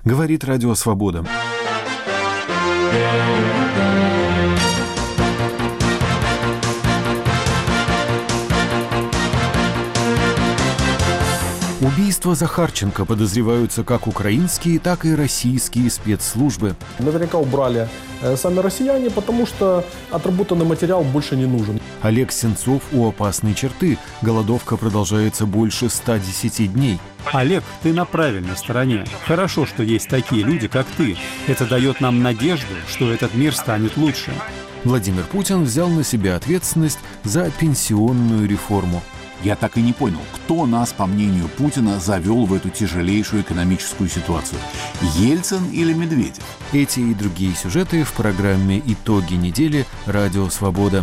говорит Радио Свобода. Убийство Захарченко подозреваются как украинские, так и российские спецслужбы. Наверняка убрали сами россияне, потому что отработанный материал больше не нужен. Олег Сенцов у опасной черты. Голодовка продолжается больше 110 дней. Олег, ты на правильной стороне. Хорошо, что есть такие люди, как ты. Это дает нам надежду, что этот мир станет лучше. Владимир Путин взял на себя ответственность за пенсионную реформу. Я так и не понял, кто нас, по мнению Путина, завел в эту тяжелейшую экономическую ситуацию? Ельцин или Медведев? Эти и другие сюжеты в программе «Итоги недели» Радио Свобода.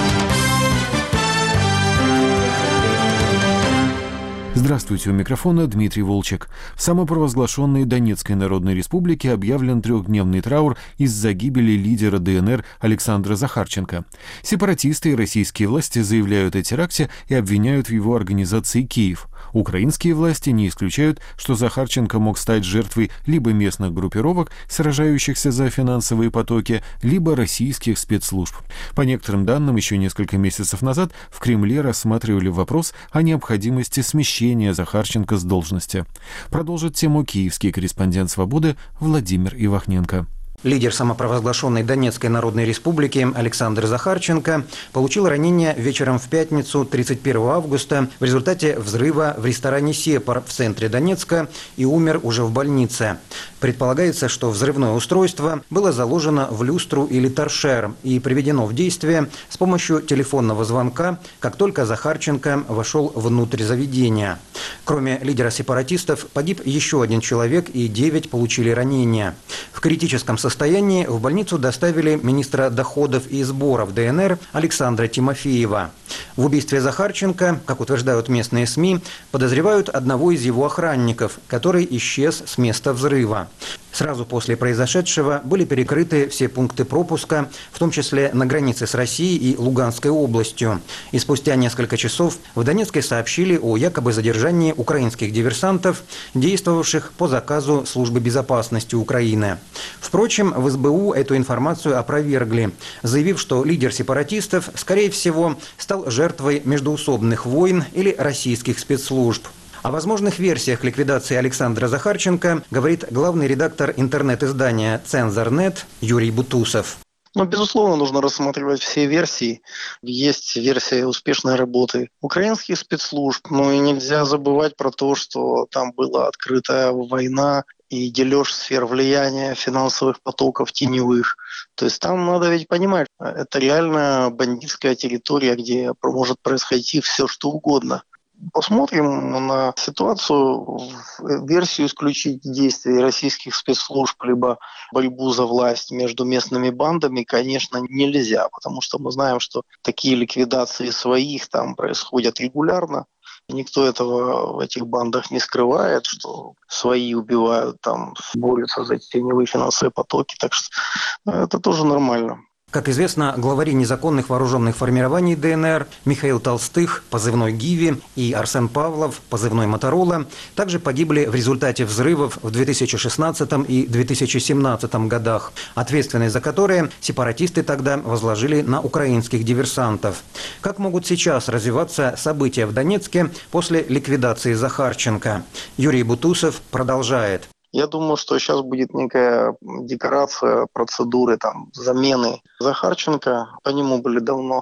Здравствуйте, у микрофона Дмитрий Волчек. В самопровозглашенной Донецкой Народной Республике объявлен 3-дневный траур из-за гибели лидера ДНР Александра Захарченко. Сепаратисты и российские власти заявляют о теракте и обвиняют в его организации Киев. Украинские власти не исключают, что Захарченко мог стать жертвой либо местных группировок, сражающихся за финансовые потоки, либо российских спецслужб. По некоторым данным, еще несколько месяцев назад в Кремле рассматривали вопрос о необходимости смещения Захарченко с должности. Продолжит тему киевский корреспондент «Свободы» Владимир Ивахненко. Лидер самопровозглашенной Донецкой Народной Республики Александр Захарченко получил ранение вечером в пятницу 31 августа в результате взрыва в ресторане «Сепар» в центре Донецка и умер уже в больнице. Предполагается, что взрывное устройство было заложено в люстру или торшер и приведено в действие с помощью телефонного звонка, как только Захарченко вошел внутрь заведения. Кроме лидера сепаратистов, погиб еще один человек и 9 получили ранения. В критическом состоянии в больницу доставили министра доходов и сборов ДНР Александра Тимофеева. В убийстве Захарченко, как утверждают местные СМИ, подозревают одного из его охранников, который исчез с места взрыва. Сразу после произошедшего были перекрыты все пункты пропуска, в том числе на границе с Россией и Луганской областью. И спустя несколько часов в Донецке сообщили о якобы задержании украинских диверсантов, действовавших по заказу Службы безопасности Украины. Впрочем, в СБУ эту информацию опровергли, заявив, что лидер сепаратистов, скорее всего, стал жертвой междоусобных войн или российских спецслужб. О возможных версиях ликвидации Александра Захарченко говорит главный редактор интернет-издания «Цензор.нет» Юрий Бутусов. Безусловно, нужно рассматривать все версии. Есть версия успешной работы украинских спецслужб, но и нельзя забывать про то, что там была открытая война и дележ сфер влияния финансовых потоков теневых. То есть там надо ведь понимать, это реально бандитская территория, где может происходить все, что угодно. Посмотрим на ситуацию, версию исключить действий российских спецслужб, либо борьбу за власть между местными бандами, конечно, нельзя, потому что мы знаем, что такие ликвидации своих там происходят регулярно. Никто этого в этих бандах не скрывает, что свои убивают, там борются за теневые финансовые потоки, так что это тоже нормально. Как известно, главари незаконных вооруженных формирований ДНР Михаил Толстых, позывной «Гиви», и Арсен Павлов, позывной «Моторола», также погибли в результате взрывов в 2016 и 2017 годах, ответственность за которые сепаратисты тогда возложили на украинских диверсантов. Как могут сейчас развиваться события в Донецке после ликвидации Захарченко? Юрий Бутусов продолжает. Я думаю, что сейчас будет некая декорация процедуры замены Захарченко. По нему были давно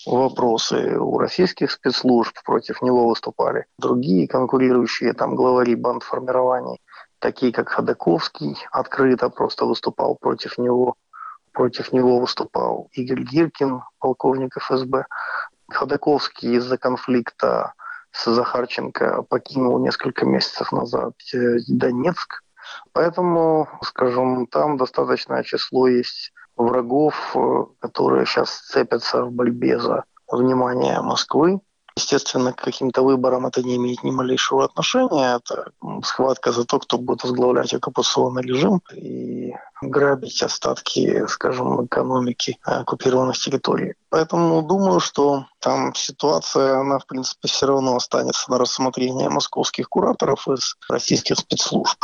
вопросы у российских спецслужб, против него выступали другие конкурирующие главари бандформирований, такие как Ходаковский, открыто просто выступал против него. Против него выступал Игорь Гиркин, полковник ФСБ. Ходаковский из-за конфликта с Захарченко покинул несколько месяцев назад Донецк. Поэтому, там достаточное число есть врагов, которые сейчас цепятся в борьбе за внимание Москвы. Естественно, к каким-то выборам это не имеет ни малейшего отношения. Это схватка за то, кто будет возглавлять оккупационный режим. И грабить остатки, скажем, экономики оккупированных территорий. Поэтому думаю, что там ситуация, она, в принципе, все равно останется на рассмотрение московских кураторов из российских спецслужб.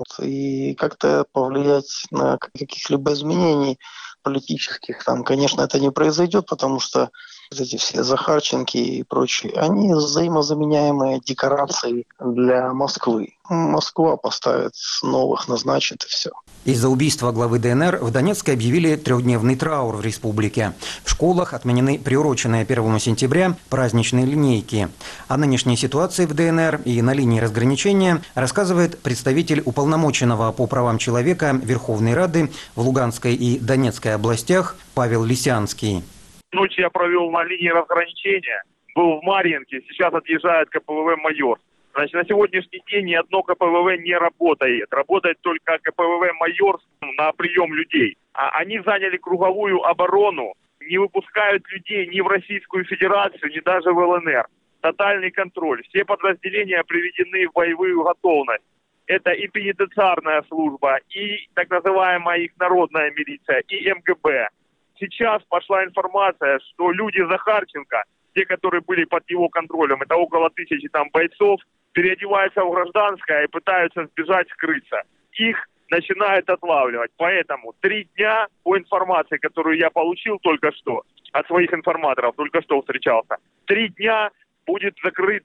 И как-то повлиять на каких-либо изменений политических там, конечно, это не произойдет, потому что эти все Захарченки и прочие, они взаимозаменяемые декорации для Москвы. Москва поставит новых, назначит и все. Из-за убийства главы ДНР в Донецке объявили трехдневный траур в республике. В школах отменены приуроченные 1 сентября праздничные линейки. О нынешней ситуации в ДНР и на линии разграничения рассказывает представитель уполномоченного по правам человека Верховной Рады в Луганской и Донецкой областях Павел Лисянский. Ночь я провел на линии разграничения, был в Марьинке, сейчас отъезжает КПВВ «Майор». Значит, на сегодняшний день ни одно КПВВ не работает. Работает только КПВВ «Майор» на прием людей. Они заняли круговую оборону, не выпускают людей ни в Российскую Федерацию, ни даже в ЛНР. Тотальный контроль. Все подразделения приведены в боевую готовность. Это и пенитенциарная служба, и так называемая их народная милиция, и МГБ. Сейчас пошла информация, что люди Захарченко, те, которые были под его контролем, это около 1000 там бойцов, переодеваются в гражданское и пытаются сбежать, скрыться. Их начинают отлавливать. Поэтому 3 дня, по информации, которую я получил только что, от своих информаторов, только что встречался, 3 дня будет закрыт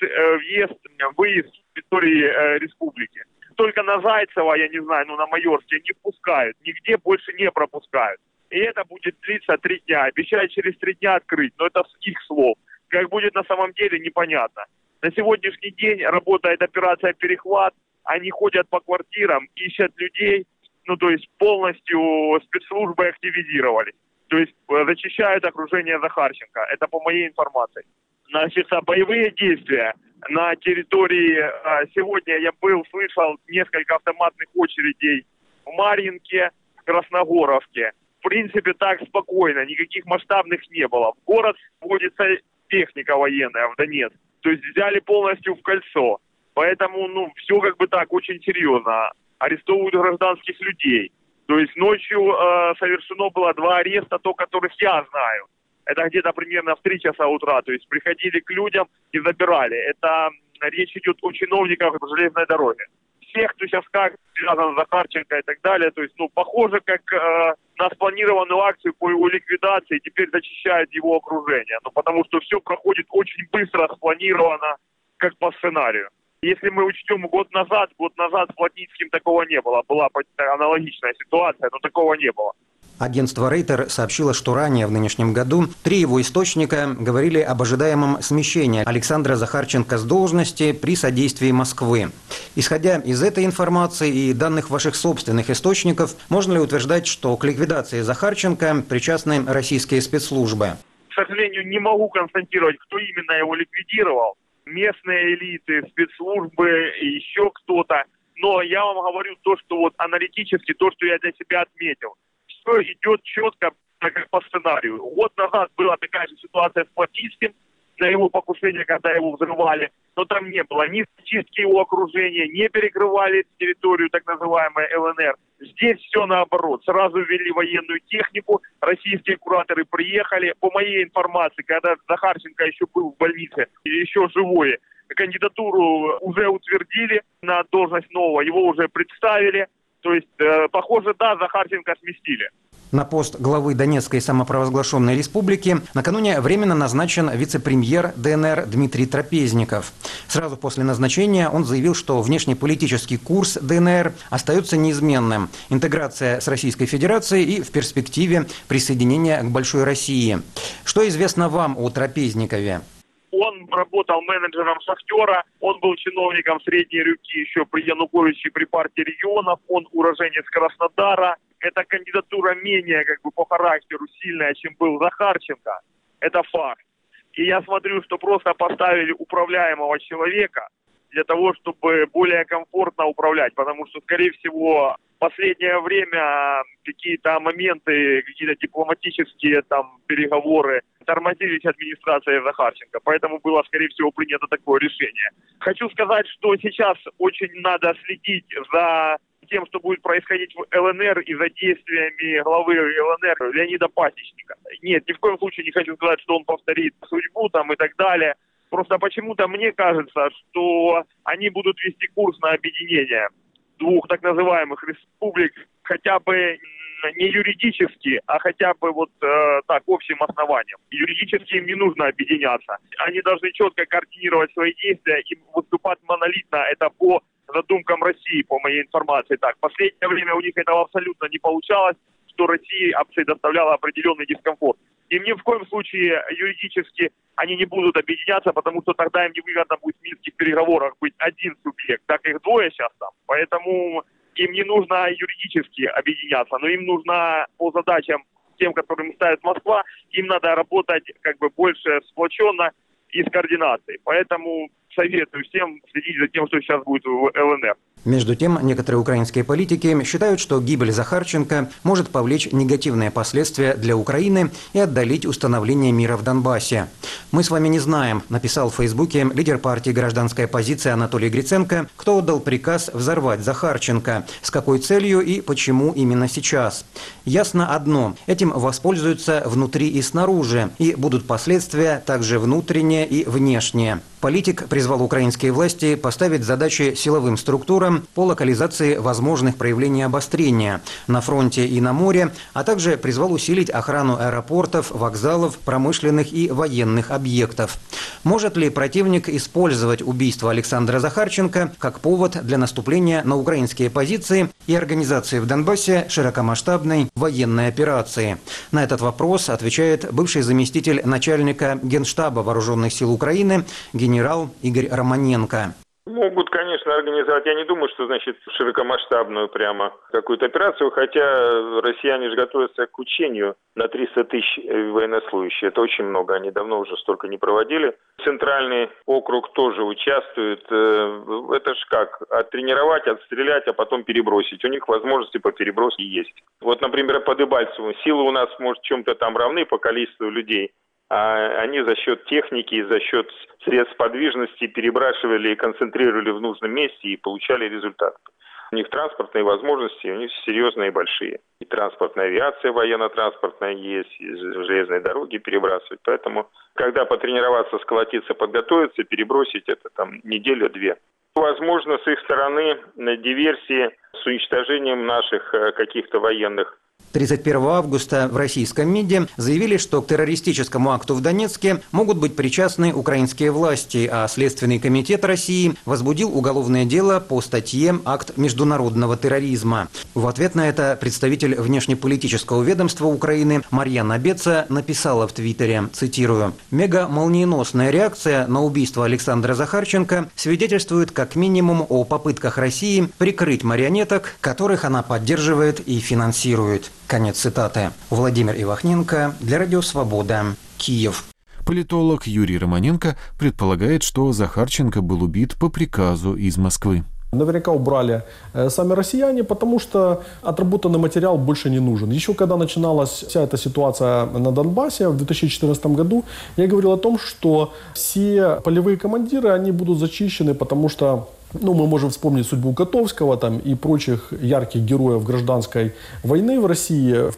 выезд с территории республики. Только на Зайцево, я не знаю, на Майорске не пускают, нигде больше не пропускают. И это будет длиться 3 дня. Обещают через 3 дня открыть, но это с их слов. Как будет на самом деле, непонятно. На сегодняшний день работает операция «Перехват». Они ходят по квартирам, ищут людей, то есть полностью спецслужбы активизировались. То есть зачищают окружение Захарченко. Это по моей информации. Значит, боевые действия на территории... Сегодня я слышал несколько автоматных очередей в Марьинке, в Красногоровке. В принципе, так спокойно, никаких масштабных не было. В город вводится техника военная в Донецк. То есть взяли полностью в кольцо. Поэтому, все как бы так, очень серьезно. Арестовывают гражданских людей. То есть ночью совершено было 2 ареста, то, которых я знаю. Это где-то примерно в 3 часа утра. То есть приходили к людям и забирали. Это речь идет о чиновниках железной дороги. Всех, кто сейчас как связан с Захарченко и так далее. То есть, похоже, как на спланированную акцию по его ликвидации теперь зачищают его окружение. Потому что все проходит очень быстро, спланировано, как по сценарию. Если мы учтем год назад с Плотницким такого не было. Была аналогичная ситуация, но такого не было. Агентство Рейтер сообщило, что ранее в нынешнем году 3 его источника говорили об ожидаемом смещении Александра Захарченко с должности при содействии Москвы. Исходя из этой информации и данных ваших собственных источников, можно ли утверждать, что к ликвидации Захарченко причастны российские спецслужбы? К сожалению, не могу констатировать, кто именно его ликвидировал. Местные элиты, спецслужбы и еще кто-то. Но я вам говорю то, что аналитически, то, что я для себя отметил. Все идет четко, так как по сценарию. Год назад была такая же ситуация с Плотницким, на его покушение, когда его взрывали. Но там не было ни чистки его окружения, не перекрывали территорию, так называемой ЛНР. Здесь все наоборот. Сразу ввели военную технику, российские кураторы приехали. По моей информации, когда Захарченко еще был в больнице, еще живой, кандидатуру уже утвердили на должность нового, его уже представили. То есть, похоже, да, Захарченко сместили. На пост главы Донецкой самопровозглашенной республики накануне временно назначен вице-премьер ДНР Дмитрий Трапезников. Сразу после назначения он заявил, что внешнеполитический курс ДНР остается неизменным. Интеграция с Российской Федерацией и в перспективе присоединение к Большой России. Что известно вам о Трапезникове? Он работал менеджером «Шахтера», он был чиновником средней руки еще при Януковиче, при партии регионов, он уроженец Краснодара. Эта кандидатура менее по характеру сильная, чем был Захарченко. Это факт. И я смотрю, что просто поставили управляемого человека для того, чтобы более комфортно управлять. Потому что, скорее всего, в последнее время какие-то моменты, какие-то дипломатические переговоры тормозились администрацией Захарченко. Поэтому было, скорее всего, принято такое решение. Хочу сказать, что сейчас очень надо следить за тем, что будет происходить в ЛНР и за действиями главы ЛНР Леонида Пасечника. Нет, ни в коем случае не хочу сказать, что он повторит судьбу там и так далее. Просто почему-то мне кажется, что они будут вести курс на объединение двух так называемых республик хотя бы не юридически, а хотя бы так, общим основанием. Юридически им не нужно объединяться. Они должны четко координировать свои действия и выступать монолитно. Это по задумкам России, по моей информации. Так, в последнее время у них этого абсолютно не получалось, что России доставляло определенный дискомфорт. И ни в коем случае юридически они не будут объединяться, потому что тогда им невыгодно будет в минских переговорах быть один субъект, так их двое сейчас там. Поэтому им не нужно юридически объединяться, но им нужно по задачам, тем, которым ставит Москва, им надо работать больше сплоченно и с координацией. Поэтому советую всем следить за тем, что сейчас будет в ЛНР. Между тем, некоторые украинские политики считают, что гибель Захарченко может повлечь негативные последствия для Украины и отдалить установление мира в Донбассе. «Мы с вами не знаем», написал в Фейсбуке лидер партии «Гражданская позиция» Анатолий Гриценко, кто отдал приказ взорвать Захарченко, с какой целью и почему именно сейчас. Ясно одно – этим воспользуются внутри и снаружи, и будут последствия также внутренние и внешние. Политик призвал украинские власти поставить задачи силовым структурам по локализации возможных проявлений обострения на фронте и на море, а также призвал усилить охрану аэропортов, вокзалов, промышленных и военных объектов. Может ли противник использовать убийство Александра Захарченко как повод для наступления на украинские позиции и организации в Донбассе широкомасштабной военной операции? На этот вопрос отвечает бывший заместитель начальника Генштаба Вооруженных сил Украины генерал Игорь Романенко. Могут, конечно, организовать. Я не думаю, что, широкомасштабную прямо какую-то операцию, хотя россияне же готовятся к учению на 300 тысяч военнослужащих. Это очень много, они давно уже столько не проводили. Центральный округ тоже участвует. Это ж как? Оттренировать, отстрелять, а потом перебросить. У них возможности по переброске есть. Например, по Дебальцеву. Силы у нас, может, в чем-то там равны по количеству людей. А они за счет техники, за счет средств подвижности перебрасывали и концентрировали в нужном месте и получали результат. У них транспортные возможности, у них серьезные и большие. И транспортная авиация военно-транспортная есть, и железные дороги перебрасывать. Поэтому, когда потренироваться, сколотиться, подготовиться, перебросить, это неделю-две. Возможно, с их стороны диверсии с уничтожением наших каких-то военных. 31 августа в российском МИДе заявили, что к террористическому акту в Донецке могут быть причастны украинские власти, а Следственный комитет России возбудил уголовное дело по статье «Акт международного терроризма». В ответ на это представитель внешнеполитического ведомства Украины Марьяна Беца написала в Твиттере, цитирую, «Мега-молниеносная реакция на убийство Александра Захарченко свидетельствует как минимум о попытках России прикрыть марионеток, которых она поддерживает и финансирует». Конец цитаты. Владимир Ивахненко для Радио Свобода, Киев. Политолог Юрий Романенко предполагает, что Захарченко был убит по приказу из Москвы. Наверняка убрали сами россияне, потому что отработанный материал больше не нужен. Еще когда начиналась вся эта ситуация на Донбассе в 2014 году, я говорил о том, что все полевые командиры, они будут зачищены, потому что мы можем вспомнить судьбу Котовского и прочих ярких героев гражданской войны в России в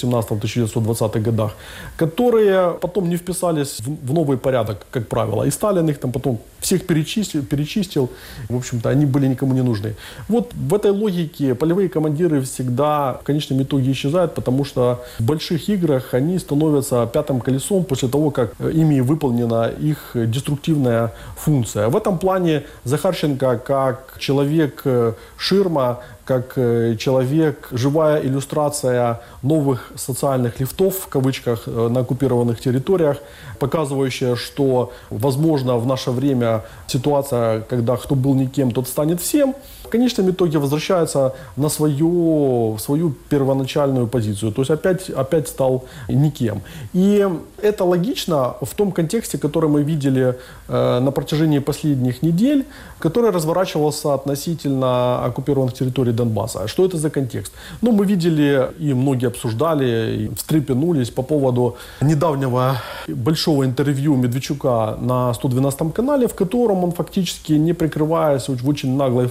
1917-1920 годах, которые потом не вписались в новый порядок, как правило. И Сталин их потом всех перечистил. В общем-то, они были никому не нужны. В этой логике полевые командиры всегда в конечном итоге исчезают, потому что в больших играх они становятся пятым колесом после того, как ими выполнена их деструктивная функция. В этом плане Захарченко как человек-ширма, как человек, живая иллюстрация новых социальных лифтов, в кавычках, на оккупированных территориях, показывающая, что, возможно, в наше время ситуация, когда кто был никем, тот станет всем, в конечном итоге возвращается на свою первоначальную позицию. То есть опять стал никем. И это логично в том контексте, который мы видели на протяжении последних недель, который разворачивался относительно оккупированных территорий Донбасса. Что это за контекст? Мы видели, и многие обсуждали, и встрепенулись по поводу недавнего большого интервью Медведчука на 112 канале, в котором он фактически, не прикрываясь в очень наглой форме,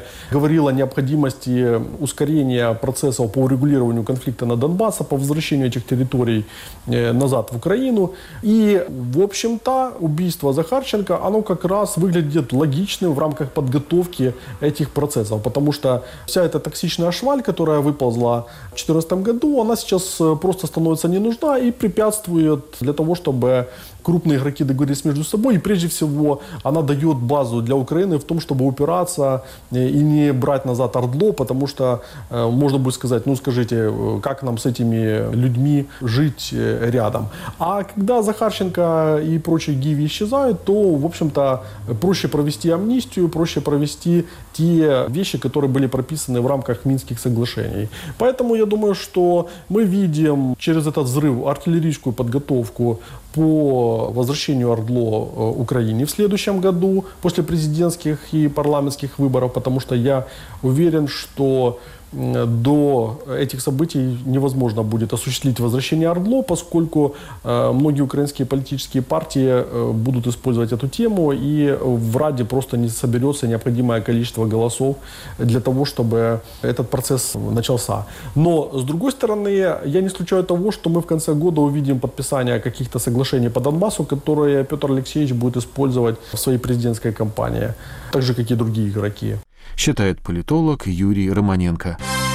говорил о необходимости ускорения процессов по урегулированию конфликта на Донбассе, по возвращению этих территорий назад в Украину. И, в общем-то, убийство Захарченко, оно как раз выглядит логичным в рамках подготовки этих процессов, потому что вся эта токсичная шваль, которая выползла в 2014 году, она сейчас просто становится не нужна и препятствует для того, чтобы крупные игроки договорились между собой. И прежде всего она дает базу для Украины в том, чтобы упираться и не брать назад ОРДЛО, потому что можно будет сказать, ну скажите, как нам с этими людьми жить рядом. А когда Захарченко и прочие гиви исчезают, то, в общем-то, проще провести амнистию, проще провести те вещи, которые были прописаны в рамках Минских соглашений. Поэтому я думаю, что мы видим через этот взрыв артиллерийскую подготовку по возвращению ОРДЛО Украине в следующем году, после президентских и парламентских выборов, потому что я уверен, что до этих событий невозможно будет осуществить возвращение ОРДЛО, поскольку многие украинские политические партии будут использовать эту тему, и в Раде просто не соберется необходимое количество голосов для того, чтобы этот процесс начался. Но, с другой стороны, я не исключаю того, что мы в конце года увидим подписание каких-то соглашений по Донбассу, которые Петр Алексеевич будет использовать в своей президентской кампании, так же, как и другие игроки. Считает политолог Юрий Романенко.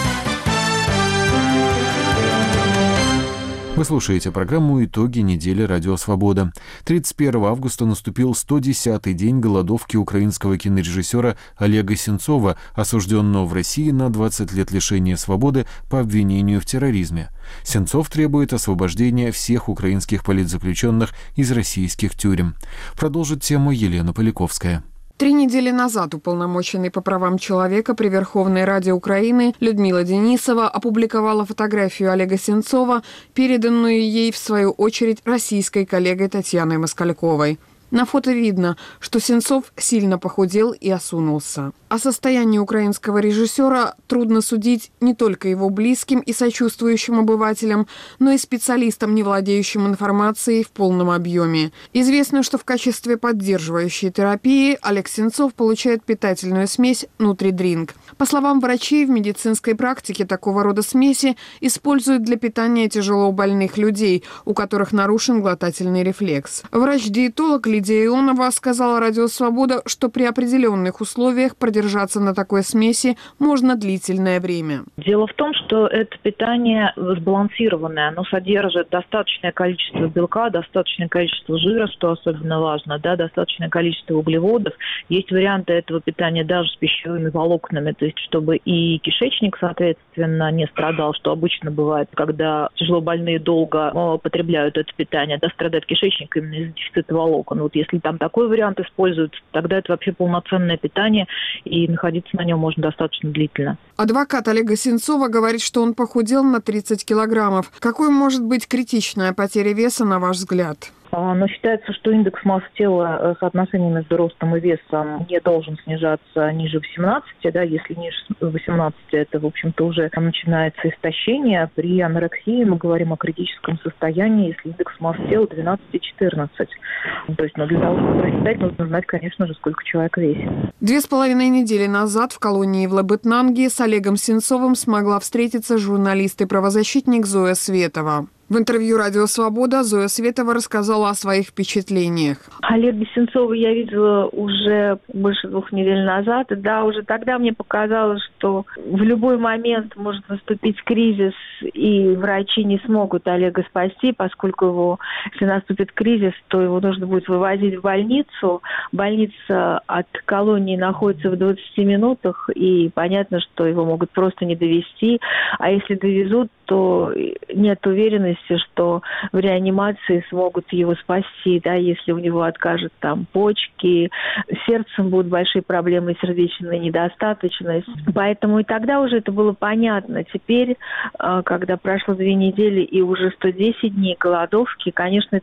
Вы слушаете программу «Итоги недели Радио Свобода». 31 августа наступил 110-й день голодовки украинского кинорежиссера Олега Сенцова, осужденного в России на 20 лет лишения свободы по обвинению в терроризме. Сенцов требует освобождения всех украинских политзаключенных из российских тюрем. Продолжит тему Елена Поляковская. 3 недели назад уполномоченный по правам человека при Верховной Раде Украины Людмила Денисова опубликовала фотографию Олега Сенцова, переданную ей, в свою очередь, российской коллегой Татьяной Москальковой. На фото видно, что Сенцов сильно похудел и осунулся. О состоянии украинского режиссера трудно судить не только его близким и сочувствующим обывателям, но и специалистам, не владеющим информацией в полном объеме. Известно, что в качестве поддерживающей терапии Олег Сенцов получает питательную смесь «Нутридринк». По словам врачей, в медицинской практике такого рода смеси используют для питания тяжело больных людей, у которых нарушен глотательный рефлекс. Врач-диетолог Лидия Ионова сказала Радио Свобода, что при определенных условиях продержаться на такой смеси можно длительное время. Дело в том, что это питание сбалансированное. Оно содержит достаточное количество белка, достаточное количество жира, что особенно важно, да, достаточное количество углеводов. Есть варианты этого питания даже с пищевыми волокнами, то есть чтобы и кишечник, соответственно, не страдал, что обычно бывает, когда тяжело больные долго потребляют это питание, да, страдает кишечник именно из-за дефицита волокон. Вот если там такой вариант используется, тогда это вообще полноценное питание, и находиться на нем можно достаточно длительно. Адвокат Олега Сенцова говорит, что он похудел на 30 килограммов. Какой может быть критичная потеря веса, на ваш взгляд? Но считается, что индекс массы тела, соотношение между ростом и весом не должен снижаться ниже 18, да, если ниже 18, это, в общем-то, уже начинается истощение. При анорексии мы говорим о критическом состоянии, если индекс массы тела 12 и 14. То есть, для того, чтобы рассчитать, нужно знать, конечно же, сколько человек весит. 2,5 недели назад в колонии в Лабытнанге с Олегом Сенцовым смогла встретиться журналист и правозащитник Зоя Светова. В интервью «Радио Свобода» Зоя Светова рассказала о своих впечатлениях. Олега Сенцова я видела уже больше 2 недель назад. Да, уже тогда мне показалось, что в любой момент может наступить кризис, и врачи не смогут Олега спасти, поскольку его, если наступит кризис, то его нужно будет вывозить в больницу. Больница от колонии находится в 20 минутах, и понятно, что его могут просто не довезти. А если довезут, то нет уверенности, что в реанимации смогут его спасти, да, если у него откажут там почки, с сердцем будут большие проблемы, сердечная недостаточность. Поэтому и тогда уже это было понятно. Теперь, когда прошло 2 недели и уже 110 дней голодовки, конечно, это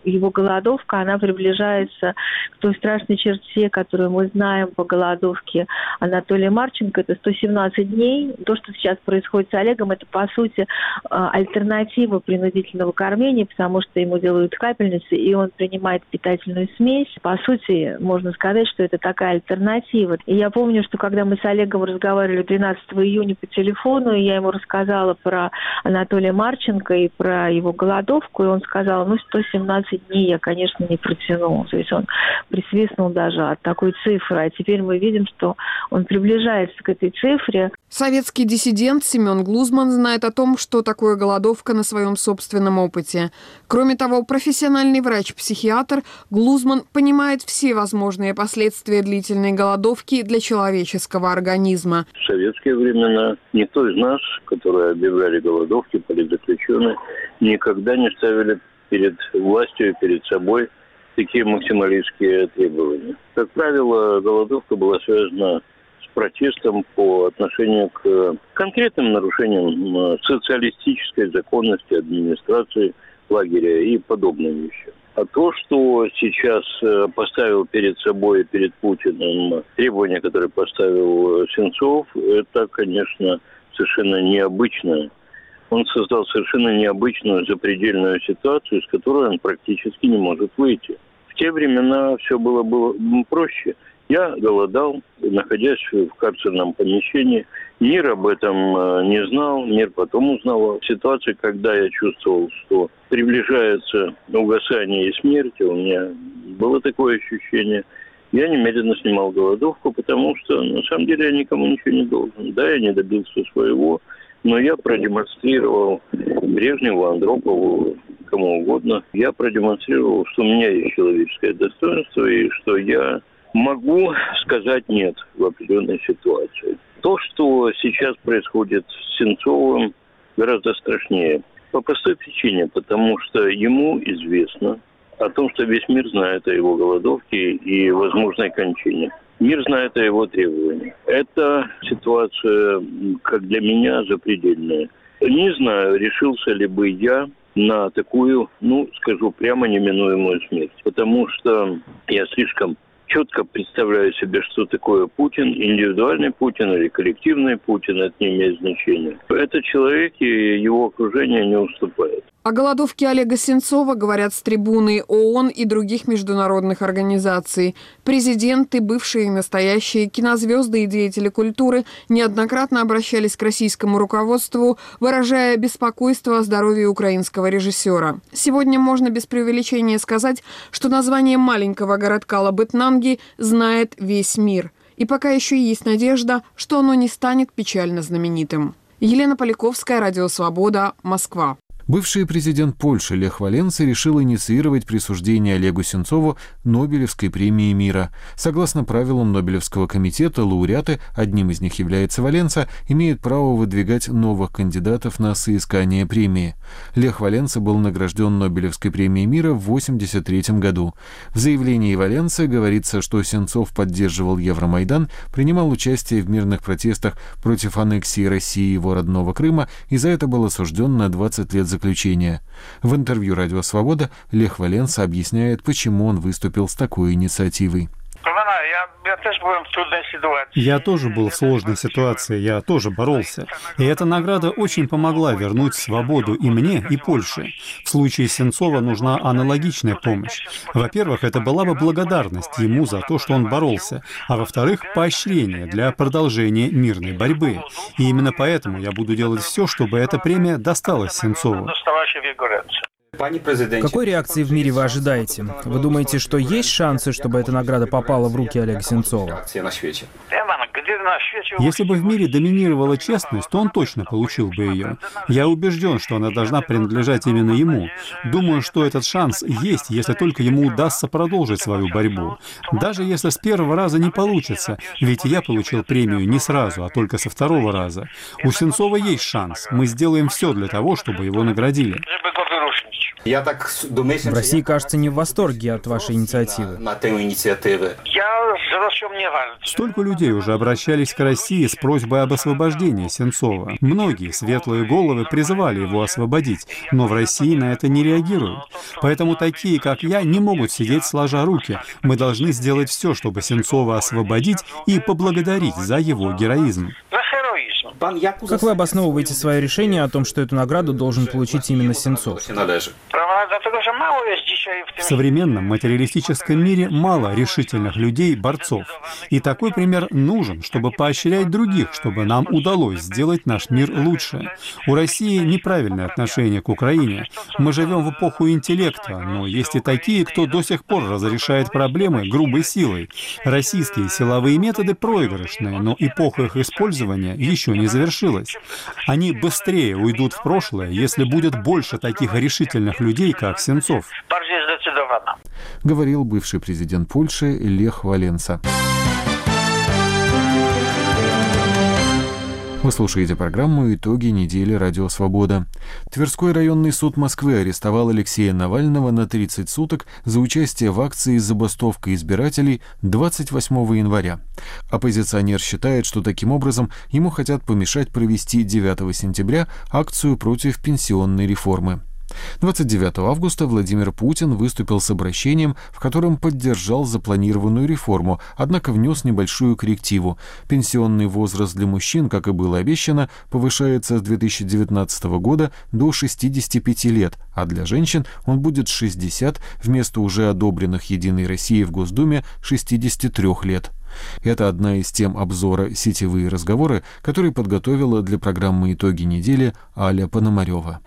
его голодовка, она приближается к той страшной черте, которую мы знаем по голодовке Анатолия Марченко. Это 117 дней. То, что сейчас происходит с Олегом, это, по сути, альтернатива принудительного кормения, потому что ему делают капельницы, и он принимает питательную смесь. По сути, можно сказать, что это такая альтернатива. И я помню, что когда мы с Олегом разговаривали 13 июня по телефону, и я ему рассказала про Анатолия Марченко и про его голодовку, и он сказал, 117 дней я, конечно, не протяну. То есть он присвистнул даже от такой цифры. А теперь мы видим, что он приближается к этой цифре. Советский диссидент Семен Глузман знает о том, что такое голодовка на своем собственном опыте. Кроме того, профессиональный врач-психиатр Глузман понимает все возможные последствия длительной голодовки для человеческого организма. В советские времена никто из нас, которые объявляли голодовки, политзаключенные, никогда не ставили перед властью и перед собой такие максималистские требования. Как правило, голодовка была связана с протестом по отношению к конкретным нарушениям социалистической законности, администрации лагеря и подобным вещам. А то, что сейчас поставил перед собой и перед Путиным требования, которые поставил Сенцов, это, конечно, совершенно необычно. Он создал совершенно необычную запредельную ситуацию, из которой он практически не может выйти. В те времена все было проще. Я голодал, находясь в карцерном помещении. Мир об этом не знал, мир потом узнавал. В ситуации, когда я чувствовал, что приближается угасание и смерть, у меня было такое ощущение, я немедленно снимал голодовку, потому что, на самом деле, я никому ничего не должен. Да, я не добился своего, но я продемонстрировал Брежневу, Андропову, кому угодно. Я продемонстрировал, что у меня есть человеческое достоинство и что я могу сказать «нет» в определенной ситуации. То, что сейчас происходит с Сенцовым, гораздо страшнее. По простой причине, потому что ему известно о том, что весь мир знает о его голодовке и возможной кончине. Мир знает о его требованиях. Эта ситуация, как для меня, запредельная. Не знаю, решился ли бы я на такую, скажу прямо, неминуемую смерть. Потому что я слишком четко представляю себе, что такое Путин, индивидуальный Путин или коллективный Путин, это не имеет значения. Этот человек и его окружение не уступают. О голодовке Олега Сенцова говорят с трибуны ООН и других международных организаций. Президенты, бывшие и настоящие, кинозвезды и деятели культуры неоднократно обращались к российскому руководству, выражая беспокойство о здоровье украинского режиссера. Сегодня можно без преувеличения сказать, что название маленького городка Лабытнанги знает весь мир. И пока еще есть надежда, что оно не станет печально знаменитым. Елена Поляковская, Радио Свобода, Москва. Бывший президент Польши Лех Валенса решил инициировать присуждение Олегу Сенцову Нобелевской премии мира. Согласно правилам Нобелевского комитета, лауреаты, одним из них является Валенса, имеют право выдвигать новых кандидатов на соискание премии. Лех Валенса был награжден Нобелевской премией мира в 1983 году. В заявлении Валенсы говорится, что Сенцов поддерживал Евромайдан, принимал участие в мирных протестах против аннексии России его родного Крыма и за это был осужден на 20 лет заключения. В интервью «Радио Свобода» Лех Валенса объясняет, почему он выступил с такой инициативой. Я тоже был в сложной ситуации, я тоже боролся. И эта награда очень помогла вернуть свободу и мне, и Польше. В случае Сенцова нужна аналогичная помощь. Во-первых, это была бы благодарность ему за то, что он боролся, а во-вторых, поощрение для продолжения мирной борьбы. И именно поэтому я буду делать все, чтобы эта премия досталась Сенцову. Какой реакции в мире вы ожидаете? Вы думаете, что есть шансы, чтобы эта награда попала в руки Олега Сенцова? Если бы в мире доминировала честность, то он точно получил бы ее. Я убежден, что она должна принадлежать именно ему. Думаю, что этот шанс есть, если только ему удастся продолжить свою борьбу. Даже если с первого раза не получится, ведь я получил премию не сразу, а только со второго раза. У Сенцова есть шанс. Мы сделаем все для того, чтобы его наградили. В России, кажется, не в восторге от вашей инициативы. Столько людей уже обращались к России с просьбой об освобождении Сенцова. Многие светлые головы призывали его освободить, но в России на это не реагируют. Поэтому такие, как я, не могут сидеть сложа руки. Мы должны сделать все, чтобы Сенцова освободить и поблагодарить за его героизм. Как вы обосновываете свое решение о том, что эту награду должен получить именно Сенцов? В современном материалистическом мире мало решительных людей, борцов. И такой пример нужен, чтобы поощрять других, чтобы нам удалось сделать наш мир лучше. У России неправильное отношение к Украине. Мы живем в эпоху интеллекта, но есть и такие, кто до сих пор разрешает проблемы грубой силой. Российские силовые методы проигрышные, но эпоха их использования еще не завершилась. Они быстрее уйдут в прошлое, если будет больше таких решительных людей, как Сенцов. Говорил бывший президент Польши Лех Валенса. Вы слушаете программу «Итоги недели. Радио Свобода». Тверской районный суд Москвы арестовал Алексея Навального на 30 суток за участие в акции «Забастовка избирателей» 28 января. Оппозиционер считает, что таким образом ему хотят помешать провести 9 сентября акцию против пенсионной реформы. 29 августа Владимир Путин выступил с обращением, в котором поддержал запланированную реформу, однако внес небольшую коррективу. Пенсионный возраст для мужчин, как и было обещано, повышается с 2019 года до 65 лет, а для женщин он будет 60 вместо уже одобренных «Единой Россией» в Госдуме 63 лет. Это одна из тем обзора «Сетевые разговоры», которые подготовила для программы «Итоги недели» Аля Пономарева.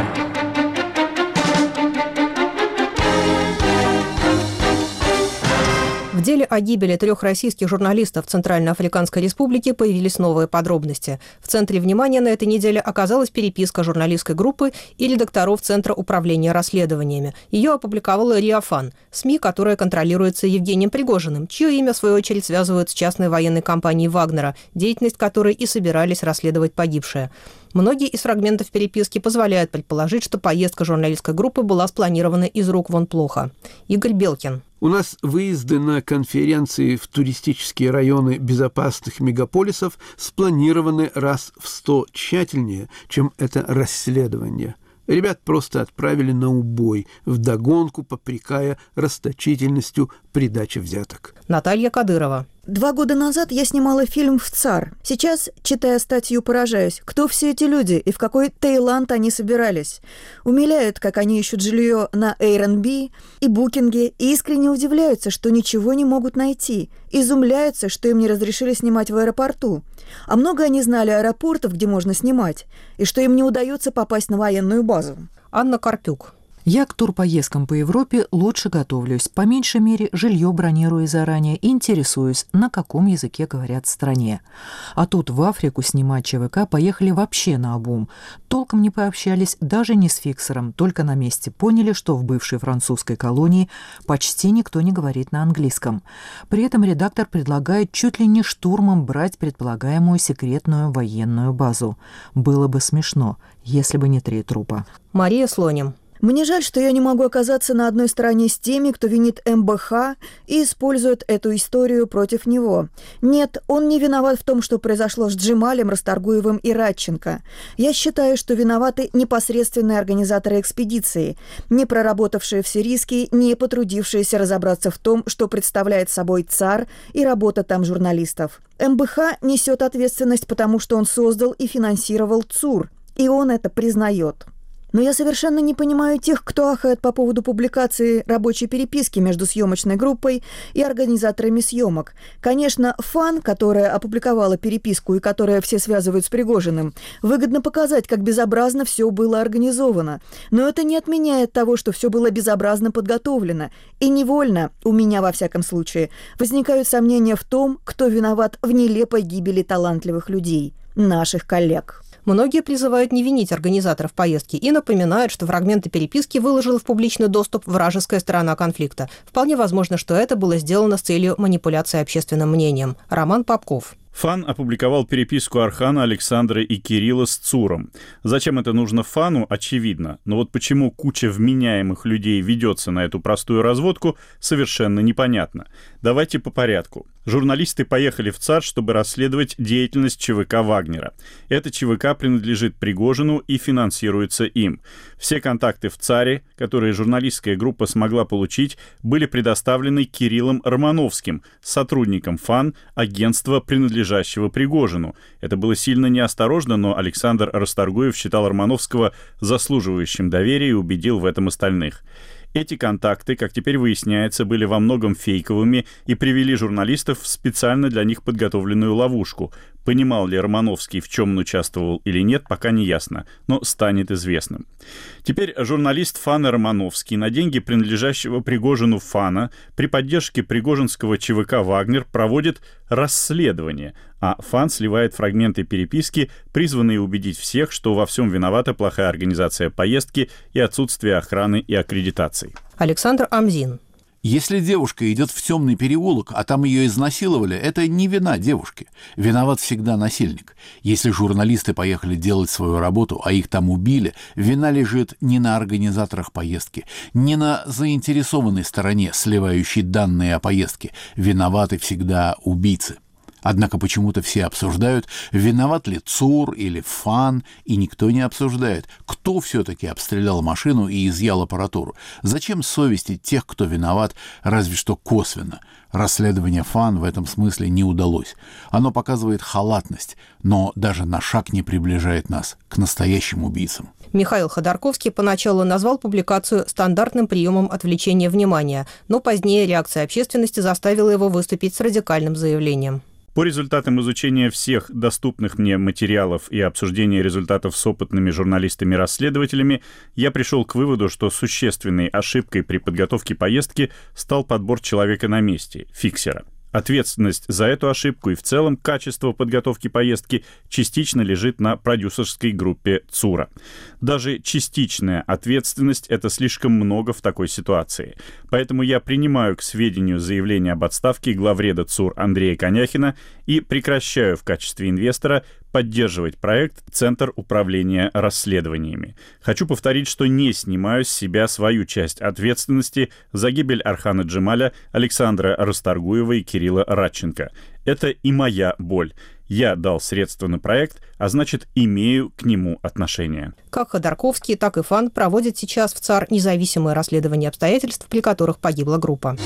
В деле о гибели 3 российских журналистов в Центральноафриканской Республике появились новые подробности. В центре внимания на этой неделе оказалась переписка журналистской группы и редакторов Центра управления расследованиями. Ее опубликовала Риафан, СМИ, которая контролируется Евгением Пригожиным, чье имя, в свою очередь, связывают с частной военной компанией «Вагнера», деятельность которой и собирались расследовать погибшие. Многие из фрагментов переписки позволяют предположить, что поездка журналистской группы была спланирована из рук вон плохо. Игорь Белкин. У нас выезды на конференции в туристические районы безопасных мегаполисов спланированы раз в 100 тщательнее, чем это расследование. Ребят просто отправили на убой, вдогонку попрекая расточительностью при даче взяток. Наталья Кадырова. 2 года назад я снимала фильм в ЦАР. Сейчас, читая статью, поражаюсь, кто все эти люди и в какой Таиланд они собирались. Умиляют, как они ищут жилье на Airbnb и букинге, и искренне удивляются, что ничего не могут найти. Изумляются, что им не разрешили снимать в аэропорту. А много они знали аэропортов, где можно снимать, и что им не удается попасть на военную базу. Анна Карпюк. Я к турпоездкам по Европе лучше готовлюсь. По меньшей мере, жилье бронирую заранее и интересуюсь, на каком языке говорят в стране. А тут в Африку снимать ЧВК поехали вообще наобум. Толком не пообщались даже не с фиксером, только на месте поняли, что в бывшей французской колонии почти никто не говорит на английском. При этом редактор предлагает чуть ли не штурмом брать предполагаемую секретную военную базу. Было бы смешно, если бы не 3 трупа. Мария Слоним. Мне жаль, что я не могу оказаться на одной стороне с теми, кто винит МБХ и использует эту историю против него. Нет, он не виноват в том, что произошло с Джемалем, Расторгуевым и Радченко. Я считаю, что виноваты непосредственные организаторы экспедиции, не проработавшие все риски, не потрудившиеся разобраться в том, что представляет собой ЦАР и работа там журналистов. МБХ несет ответственность, потому что он создал и финансировал ЦУР, и он это признает. Но я совершенно не понимаю тех, кто ахает по поводу публикации рабочей переписки между съемочной группой и организаторами съемок. Конечно, ФАН, которая опубликовала переписку и которая все связывают с Пригожиным, выгодно показать, как безобразно все было организовано. Но это не отменяет того, что все было безобразно подготовлено. И невольно, у меня во всяком случае, возникают сомнения в том, кто виноват в нелепой гибели талантливых людей, наших коллег. Многие призывают не винить организаторов поездки и напоминают, что фрагменты переписки выложила в публичный доступ вражеская сторона конфликта. Вполне возможно, что это было сделано с целью манипуляции общественным мнением. Роман Попков. ФАН опубликовал переписку Архана, Александра и Кирилла с ЦУРом. Зачем это нужно ФАНу, очевидно. Но вот почему куча вменяемых людей ведется на эту простую разводку, совершенно непонятно. Давайте по порядку. Журналисты поехали в ЦАР, чтобы расследовать деятельность ЧВК Вагнера. Эта ЧВК принадлежит Пригожину и финансируется им. Все контакты в ЦАРе, которые журналистская группа смогла получить, были предоставлены Кириллом Романовским, сотрудником ФАН, агентства, принадлежащего Пригожину. Это было сильно неосторожно, но Александр Расторгуев считал Романовского заслуживающим доверия и убедил в этом остальных. Эти контакты, как теперь выясняется, были во многом фейковыми и привели журналистов в специально для них подготовленную ловушку. Понимал ли Романовский, в чем он участвовал или нет, пока не ясно, но станет известным. Теперь журналист ФАНа Романовский на деньги принадлежащего Пригожину ФАНа при поддержке пригожинского ЧВК «Вагнер» проводит расследование, а ФАН сливает фрагменты переписки, призванные убедить всех, что во всем виновата плохая организация поездки и отсутствие охраны и аккредитаций. Александр Амзин. Если девушка идет в темный переулок, а там ее изнасиловали, это не вина девушки. Виноват всегда насильник. Если журналисты поехали делать свою работу, а их там убили, вина лежит не на организаторах поездки, не на заинтересованной стороне, сливающей данные о поездке. Виноваты всегда убийцы. Однако почему-то все обсуждают, виноват ли ЦУР или ФАН, и никто не обсуждает, кто все-таки обстрелял машину и изъял аппаратуру. Зачем совестить тех, кто виноват, разве что косвенно? Расследование ФАН в этом смысле не удалось. Оно показывает халатность, но даже на шаг не приближает нас к настоящим убийцам. Михаил Ходорковский поначалу назвал публикацию стандартным приемом отвлечения внимания, но позднее реакция общественности заставила его выступить с радикальным заявлением. По результатам изучения всех доступных мне материалов и обсуждения результатов с опытными журналистами-расследователями, я пришел к выводу, что существенной ошибкой при подготовке поездки стал подбор человека на месте, фиксера. Ответственность за эту ошибку и в целом качество подготовки поездки частично лежит на продюсерской группе ЦУРа. Даже частичная ответственность — это слишком много в такой ситуации. Поэтому я принимаю к сведению заявление об отставке главреда ЦУР Андрея Коняхина и прекращаю в качестве инвестора поддерживать проект «Центр управления расследованиями». Хочу повторить, что не снимаю с себя свою часть ответственности за гибель Архана Джемаля, Александра Расторгуева и Кирилла Радченко. Это и моя боль. Я дал средства на проект, а значит, имею к нему отношение. Как Ходорковский, так и ФАН проводят сейчас в ЦАР независимое расследование обстоятельств, при которых погибла группа.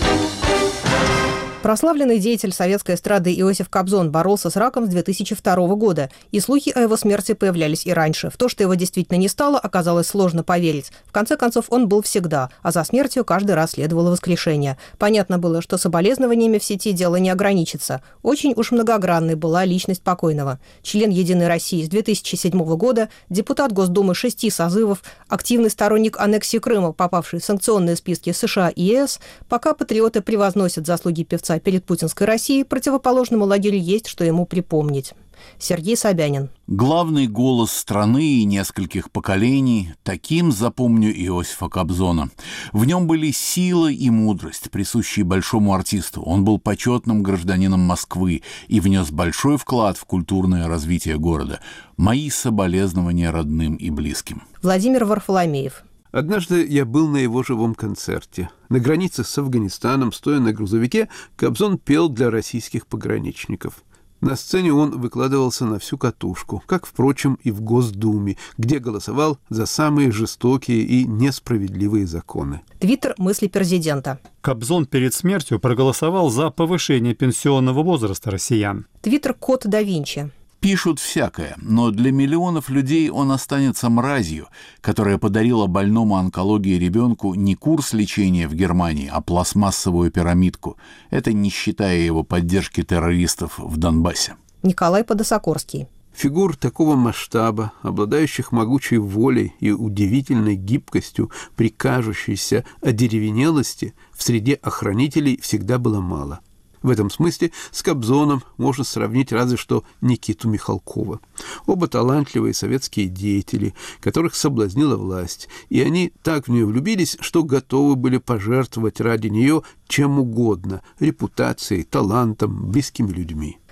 Прославленный деятель советской эстрады Иосиф Кобзон боролся с раком с 2002 года, и слухи о его смерти появлялись и раньше. В то, что его действительно не стало, оказалось сложно поверить. В конце концов, он был всегда, а за смертью каждый раз следовало воскрешение. Понятно было, что соболезнованиями в сети дело не ограничится. Очень уж многогранной была личность покойного. Член «Единой России» с 2007 года, депутат Госдумы 6 созывов, активный сторонник аннексии Крыма, попавший в санкционные списки США и ЕС, пока патриоты превозносят заслуги певца перед путинской Россией, противоположному лагерю есть, что ему припомнить. Сергей Собянин. Главный голос страны и нескольких поколений, таким запомню Иосифа Кобзона. В нем были сила и мудрость, присущие большому артисту. Он был почетным гражданином Москвы и внес большой вклад в культурное развитие города. Мои соболезнования родным и близким. Владимир Варфоломеев. Однажды я был на его живом концерте. На границе с Афганистаном, стоя на грузовике, Кобзон пел для российских пограничников. На сцене он выкладывался на всю катушку, как, впрочем, и в Госдуме, где голосовал за самые жестокие и несправедливые законы. Твиттер «Мысли президента». Кобзон перед смертью проголосовал за повышение пенсионного возраста россиян. Твиттер «Код да Винчи». Пишут всякое, но для миллионов людей он останется мразью, которая подарила больному онкологии ребенку не курс лечения в Германии, а пластмассовую пирамидку. Это не считая его поддержки террористов в Донбассе. Николай Подосокорский. Фигур такого масштаба, обладающих могучей волей и удивительной гибкостью при кажущейся одеревенелости, в среде охранителей всегда было мало. В этом смысле с Кобзоном можно сравнить разве что Никиту Михалкова. Оба талантливые советские деятели, которых соблазнила власть, и они так в нее влюбились, что готовы были пожертвовать ради нее чем угодно – репутацией, талантом, близкими людьми.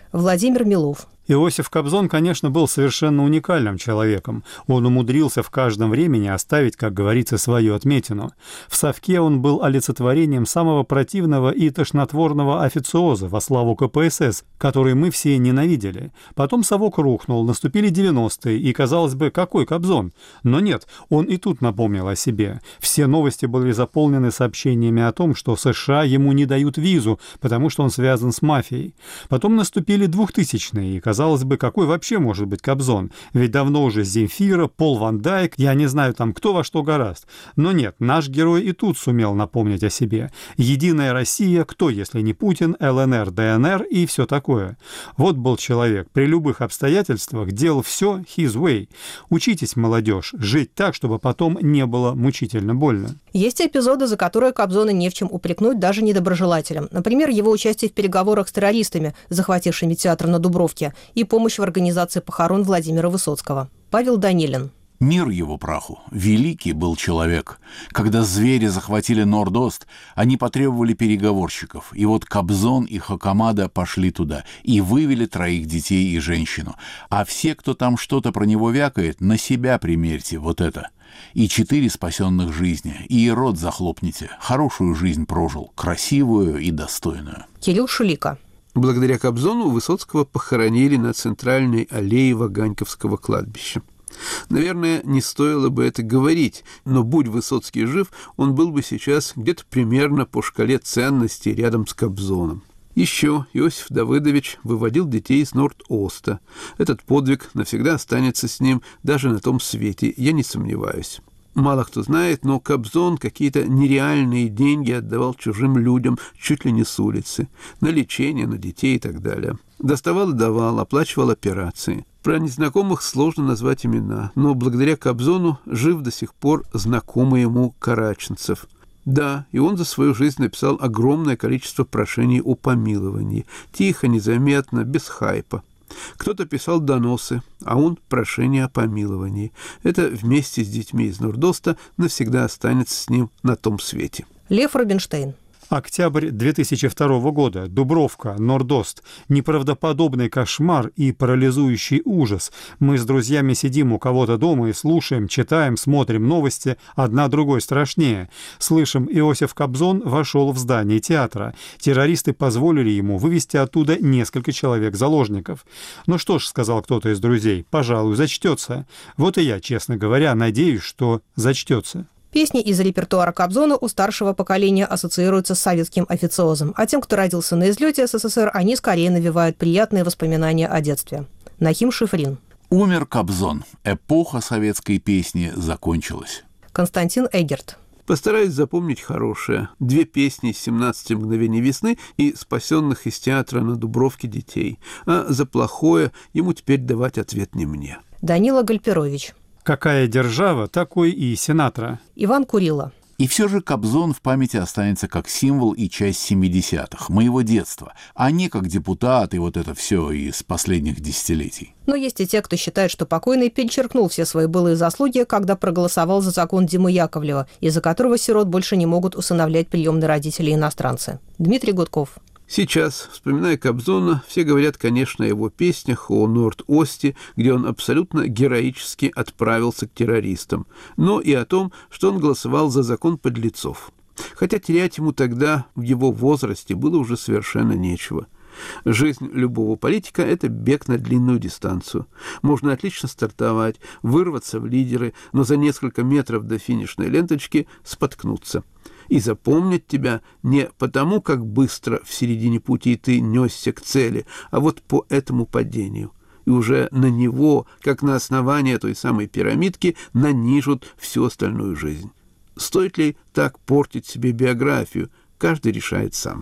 Владимир Милов. Иосиф Кобзон, конечно, был совершенно уникальным человеком. Он умудрился в каждом времени оставить, как говорится, свою отметину. В совке он был олицетворением самого противного и тошнотворного официоза во славу КПСС, который мы все ненавидели. Потом совок рухнул, наступили 90-е, и, казалось бы, какой Кобзон? Но нет, он и тут напомнил о себе. Все новости были заполнены сообщениями о том, что США ему не дают визу, потому что он связан с мафией. Потом наступили 2000-е, и казалось бы, какой вообще может быть Кобзон? Ведь давно уже Земфира, Пол Ван Дайк, я не знаю там кто во что горазд. Но нет, наш герой и тут сумел напомнить о себе. Единая Россия, кто, если не Путин, ЛНР, ДНР и все такое. Вот был человек, при любых обстоятельствах делал все his way. Учитесь, молодежь, жить так, чтобы потом не было мучительно больно. Есть эпизоды, за которые Кобзона не в чем упрекнуть даже недоброжелателям. Например, его участие в переговорах с террористами, захватившими театр на Дубровке, и помощь в организации похорон Владимира Высоцкого. Павел Данилин. Мир его праху. Великий был человек. Когда звери захватили Норд-Ост, они потребовали переговорщиков. И вот Кобзон и Хакамада пошли туда и вывели 3 детей и женщину. А все, кто там что-то про него вякает, на себя примерьте вот это. И 4 спасенных жизни, и рот захлопните. Хорошую жизнь прожил, красивую и достойную. Кирилл Шулика. Благодаря Кобзону Высоцкого похоронили на центральной аллее Ваганьковского кладбища. Наверное, не стоило бы это говорить, но будь Высоцкий жив, он был бы сейчас где-то примерно по шкале ценностей рядом с Кобзоном. Еще Иосиф Давыдович выводил детей из Норд-Оста. Этот подвиг навсегда останется с ним даже на том свете, я не сомневаюсь. Мало кто знает, но Кобзон какие-то нереальные деньги отдавал чужим людям чуть ли не с улицы. На лечение, на детей и так далее. Доставал и давал, оплачивал операции. Про незнакомых сложно назвать имена, но благодаря Кобзону жив до сих пор знакомый ему Караченцев. Да, и он за свою жизнь написал огромное количество прошений о помиловании. Тихо, незаметно, без хайпа. Кто-то писал доносы, а он прошение о помиловании. Это вместе с детьми из Норд-Оста навсегда останется с ним на том свете. Лев Рубинштейн. Октябрь 2002 года. Дубровка, Норд-Ост. Неправдоподобный кошмар и парализующий ужас. Мы с друзьями сидим у кого-то дома и слушаем, читаем, смотрим новости, одна другой страшнее. Слышим, Иосиф Кобзон вошел в здание театра. Террористы позволили ему вывести оттуда несколько человек-заложников. Ну что ж, сказал кто-то из друзей, пожалуй, зачтется. Вот и я, честно говоря, надеюсь, что зачтется. Песни из репертуара Кобзона у старшего поколения ассоциируются с советским официозом, а тем, кто родился на излете СССР, они скорее навевают приятные воспоминания о детстве. Нахим Шифрин. Умер Кобзон. Эпоха советской песни закончилась. Константин Эггерт. Постараюсь запомнить хорошее. 2 песни из «17 мгновений весны» и спасенных из театра на Дубровке детей. А за плохое ему теперь давать ответ не мне. Данила Гальперович. Какая держава, такой и Синатра. Иван Курило. И все же Кобзон в памяти останется как символ и часть 70-х, моего детства, а не как депутат и вот это все из последних десятилетий. Но есть и те, кто считает, что покойный перечеркнул все свои былые заслуги, когда проголосовал за закон Димы Яковлева, из-за которого сирот больше не могут усыновлять приемные родители иностранцы. Дмитрий Гудков. Сейчас, вспоминая Кобзона, все говорят, конечно, о его песнях, о Норд-Осте, где он абсолютно героически отправился к террористам, но и о том, что он голосовал за закон подлецов. Хотя терять ему тогда, в его возрасте, было уже совершенно нечего. Жизнь любого политика – это бег на длинную дистанцию. Можно отлично стартовать, вырваться в лидеры, но за несколько метров до финишной ленточки споткнуться. И запомнят тебя не потому, как быстро в середине пути ты несся к цели, а вот по этому падению. И уже на него, как на основание той самой пирамидки, нанижут всю остальную жизнь. Стоит ли так портить себе биографию? Каждый решает сам.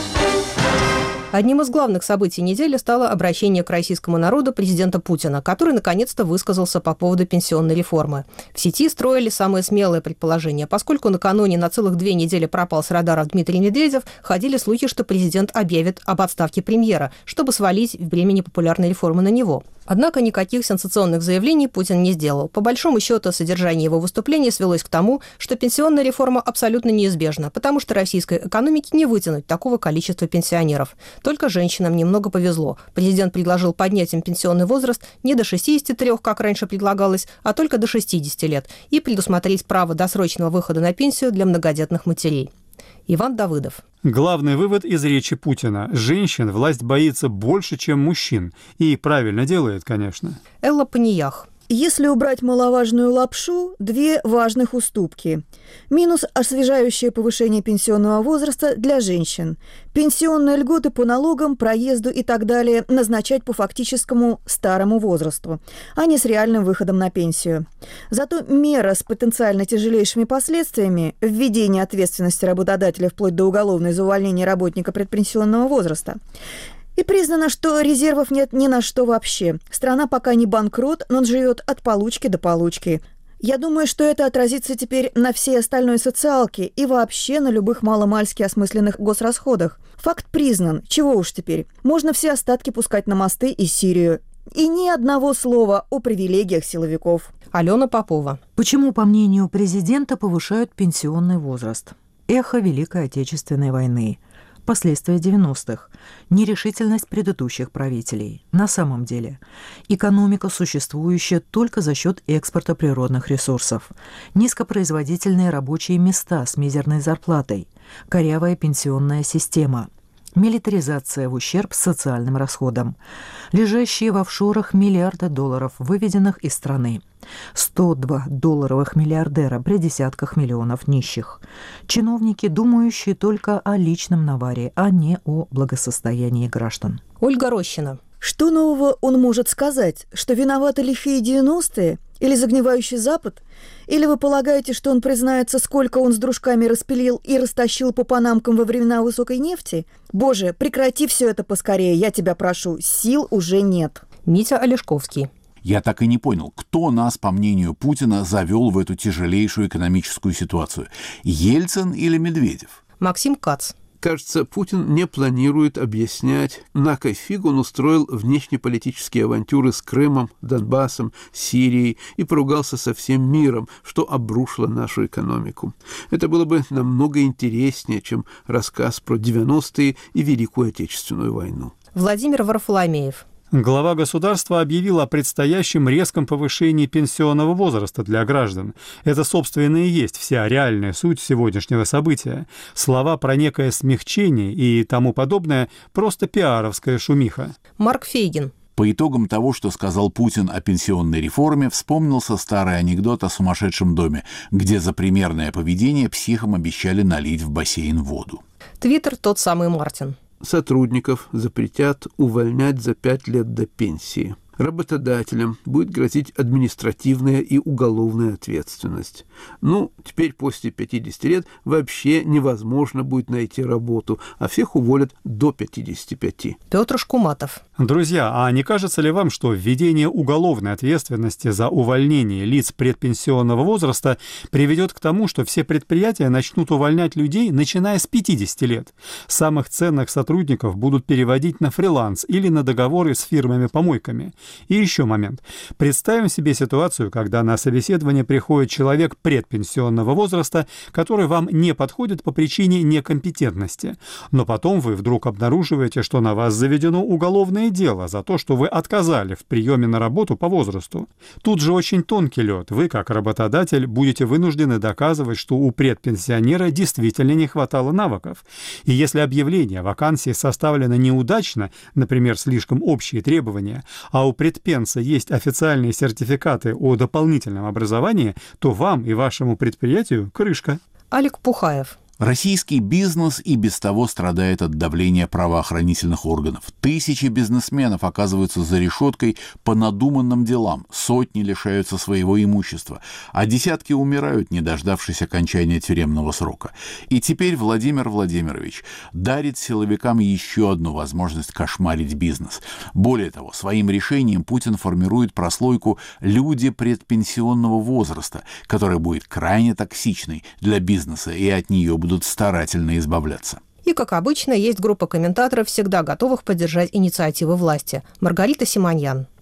Одним из главных событий недели стало обращение к российскому народу президента Путина, который наконец-то высказался по поводу пенсионной реформы. В сети строили самые смелые предположения. Поскольку накануне на целых 2 недели пропал с радаров Дмитрий Медведев, ходили слухи, что президент объявит об отставке премьера, чтобы свалить бремя непопулярной реформы на него. Однако никаких сенсационных заявлений Путин не сделал. По большому счету, содержание его выступления свелось к тому, что пенсионная реформа абсолютно неизбежна, потому что российской экономике не вытянуть такого количества пенсионеров. Только женщинам немного повезло. Президент предложил поднять им пенсионный возраст не до 63, как раньше предлагалось, а только до 60 лет, и предусмотреть право досрочного выхода на пенсию для многодетных матерей. Иван Давыдов. Главный вывод из речи Путина. Женщин власть боится больше, чем мужчин. И правильно делает, конечно. Элла Паниях. Если убрать маловажную лапшу, две важных уступки. Минус освежающее повышение пенсионного возраста для женщин. Пенсионные льготы по налогам, проезду и так далее назначать по фактическому старому возрасту, а не с реальным выходом на пенсию. Зато мера с потенциально тяжелейшими последствиями – введение ответственности работодателя вплоть до уголовной за увольнение работника предпенсионного возраста – и признано, что резервов нет ни на что вообще. Страна пока не банкрот, но живет от получки до получки. Я думаю, что это отразится теперь на всей остальной социалке и вообще на любых маломальски осмысленных госрасходах. Факт признан. Чего уж теперь. Можно все остатки пускать на мосты и Сирию. И ни одного слова о привилегиях силовиков. Алена Попова. Почему, по мнению президента, повышают пенсионный возраст? Эхо Великой Отечественной войны. Последствия 90-х, нерешительность предыдущих правителей. На самом деле, экономика, существующая только за счет экспорта природных ресурсов, низкопроизводительные рабочие места с мизерной зарплатой, корявая пенсионная система, милитаризация в ущерб социальным расходам, лежащие в офшорах миллиарды долларов, выведенных из страны, 102 долларовых миллиардера при десятках миллионов нищих, чиновники, думающие только о личном наваре, а не о благосостоянии граждан. Ольга Рощина. Что нового он может сказать? Что виноваты лихие 90-е? Или загнивающий Запад? Или вы полагаете, что он признается, сколько он с дружками распилил и растащил по панамкам во времена высокой нефти? Боже, прекрати все это поскорее, я тебя прошу, сил уже нет. Митя Олешковский. Я так и не понял, кто нас, по мнению Путина, завел в эту тяжелейшую экономическую ситуацию? Ельцин или Медведев? Максим Кац. Кажется, Путин не планирует объяснять, на кой фигу он устроил внешнеполитические авантюры с Крымом, Донбассом, Сирией и поругался со всем миром, что обрушило нашу экономику. Это было бы намного интереснее, чем рассказ про 90-е и Великую Отечественную войну. Владимир Варфоломеев. Глава государства объявил о предстоящем резком повышении пенсионного возраста для граждан. Это, собственно, и есть вся реальная суть сегодняшнего события. Слова про некое смягчение и тому подобное – просто пиаровская шумиха. Марк Фейгин. По итогам того, что сказал Путин о пенсионной реформе, вспомнился старый анекдот о сумасшедшем доме, где за примерное поведение психам обещали налить в бассейн воду. Твиттер тот самый Мартин. Сотрудников запретят увольнять за 5 лет до пенсии. Работодателям будет грозить административная и уголовная ответственность. Теперь после 50 лет вообще невозможно будет найти работу, а всех уволят до 55. Петр Шкуматов. Друзья, а не кажется ли вам, что введение уголовной ответственности за увольнение лиц предпенсионного возраста приведет к тому, что все предприятия начнут увольнять людей, начиная с 50 лет? Самых ценных сотрудников будут переводить на фриланс или на договоры с фирмами-помойками. И еще момент. Представим себе ситуацию, когда на собеседование приходит человек предпенсионного возраста, который вам не подходит по причине некомпетентности. Но потом вы вдруг обнаруживаете, что на вас заведено уголовное дело за то, что вы отказали в приеме на работу по возрасту. Тут же очень тонкий лед. Вы, как работодатель, будете вынуждены доказывать, что у предпенсионера действительно не хватало навыков. И если объявление вакансии составлено неудачно, например, слишком общие требования, а у предпенса есть официальные сертификаты о дополнительном образовании, то вам и вашему предприятию крышка. Алик Пухаев. Российский бизнес и без того страдает от давления правоохранительных органов. Тысячи бизнесменов оказываются за решеткой по надуманным делам, сотни лишаются своего имущества, а десятки умирают, не дождавшись окончания тюремного срока. И теперь Владимир Владимирович дарит силовикам еще одну возможность кошмарить бизнес. Более того, своим решением Путин формирует прослойку «люди предпенсионного возраста», которая будет крайне токсичной для бизнеса, и от нее будут старательно избавляться. И, как обычно, есть группа комментаторов, всегда готовых поддержать инициативы власти. Маргарита Симоньян.